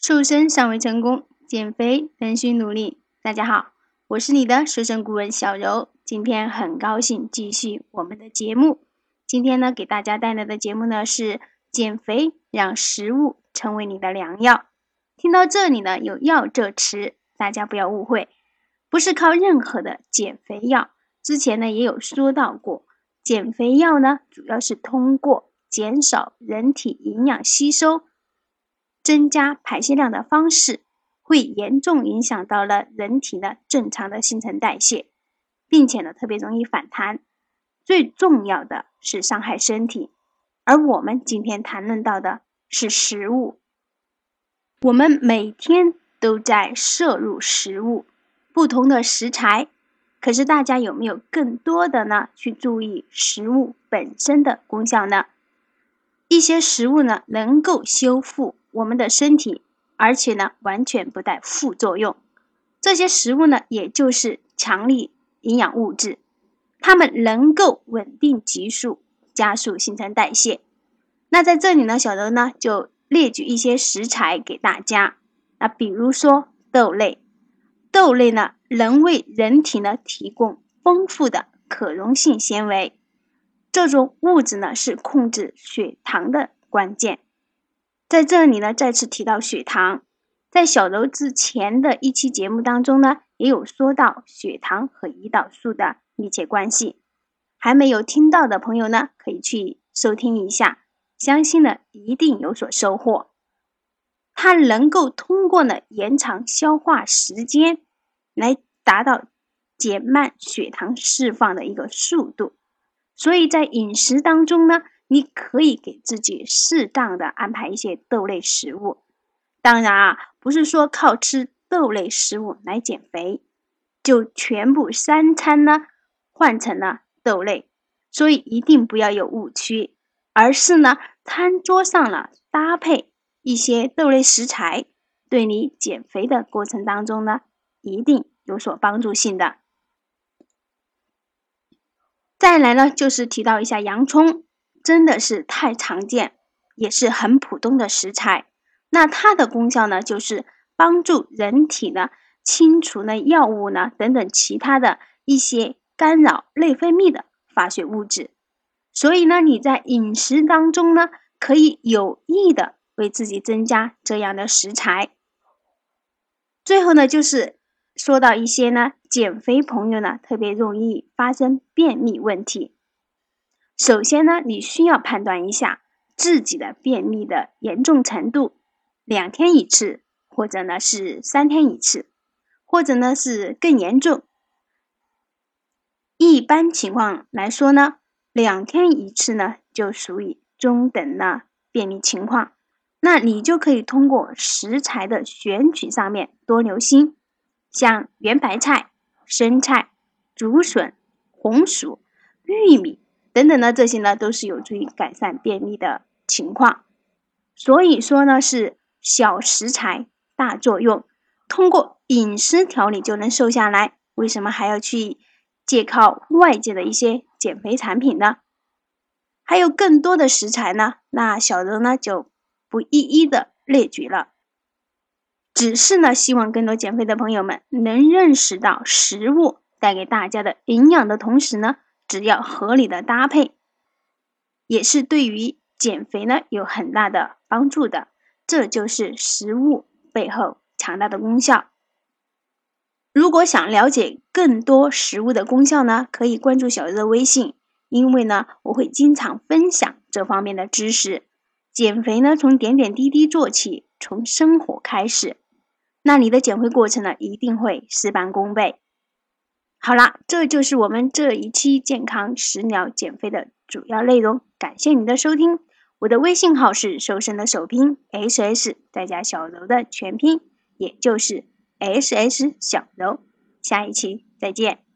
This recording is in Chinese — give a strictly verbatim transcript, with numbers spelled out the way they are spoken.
瘦身尚未成功，减肥仍需努力。大家好，我是你的瘦身顾问小柔，今天很高兴继续我们的节目。今天呢，给大家带来的节目呢是减肥，让食物成为你的良药。听到这里呢，有药这词，大家不要误会，不是靠任何的减肥药。之前呢也有说到过，减肥药呢主要是通过减少人体营养吸收，增加排泄量的方式，会严重影响到了人体的正常的新陈代谢，并且呢特别容易反弹。最重要的是伤害身体，而我们今天谈论到的是食物。我们每天都在摄入食物，不同的食材，可是大家有没有更多的呢去注意食物本身的功效呢？一些食物呢能够修复我们的身体，而且呢完全不带副作用。这些食物呢也就是强力营养物质，它们能够稳定激素，加速新陈代谢。那在这里呢，小柔呢就列举一些食材给大家。那比如说豆类，豆类呢能为人体呢提供丰富的可溶性纤维，这种物质呢是控制血糖的关键。在这里呢再次提到血糖，在小柔之前的一期节目当中呢也有说到血糖和胰岛素的密切关系，还没有听到的朋友呢可以去收听一下，相信呢一定有所收获。它能够通过呢延长消化时间来达到减慢血糖释放的一个速度，所以在饮食当中呢，你可以给自己适当的安排一些豆类食物。当然啊，不是说靠吃豆类食物来减肥，就全部三餐呢换成了豆类，所以一定不要有误区，而是呢餐桌上了搭配一些豆类食材，对你减肥的过程当中呢一定有所帮助性的。再来呢就是提到一下洋葱，真的是太常见，也是很普通的食材。那它的功效呢就是帮助人体呢清除呢药物呢等等其他的一些干扰内分泌的化学物质。所以呢你在饮食当中呢可以有意的为自己增加这样的食材。最后呢就是说到一些呢减肥朋友呢特别容易发生便秘问题。首先呢你需要判断一下自己的便秘的严重程度，两天一次，或者呢是三天一次，或者呢是更严重。一般情况来说呢，两天一次呢就属于中等的便秘情况，那你就可以通过食材的选取上面多留心，像圆白菜、生菜、竹笋、红薯、玉米等等呢，这些呢都是有助于改善便秘的情况。所以说呢是小食材大作用，通过饮食调理就能瘦下来，为什么还要去借靠外界的一些减肥产品呢？还有更多的食材呢，那小柔呢就不一一的列举了，只是呢希望更多减肥的朋友们能认识到食物带给大家的营养的同时呢，只要合理的搭配，也是对于减肥呢有很大的帮助的。这就是食物背后强大的功效。如果想了解更多食物的功效呢，可以关注小柔的微信，因为呢我会经常分享这方面的知识。减肥呢从点点滴滴做起，从生活开始，那你的减肥过程呢一定会事半功倍。好啦，这就是我们这一期健康食疗减肥的主要内容，感谢你的收听。我的微信号是瘦身的首拼 S S 再加小柔的全拼，也就是 S S 小柔。下一期再见。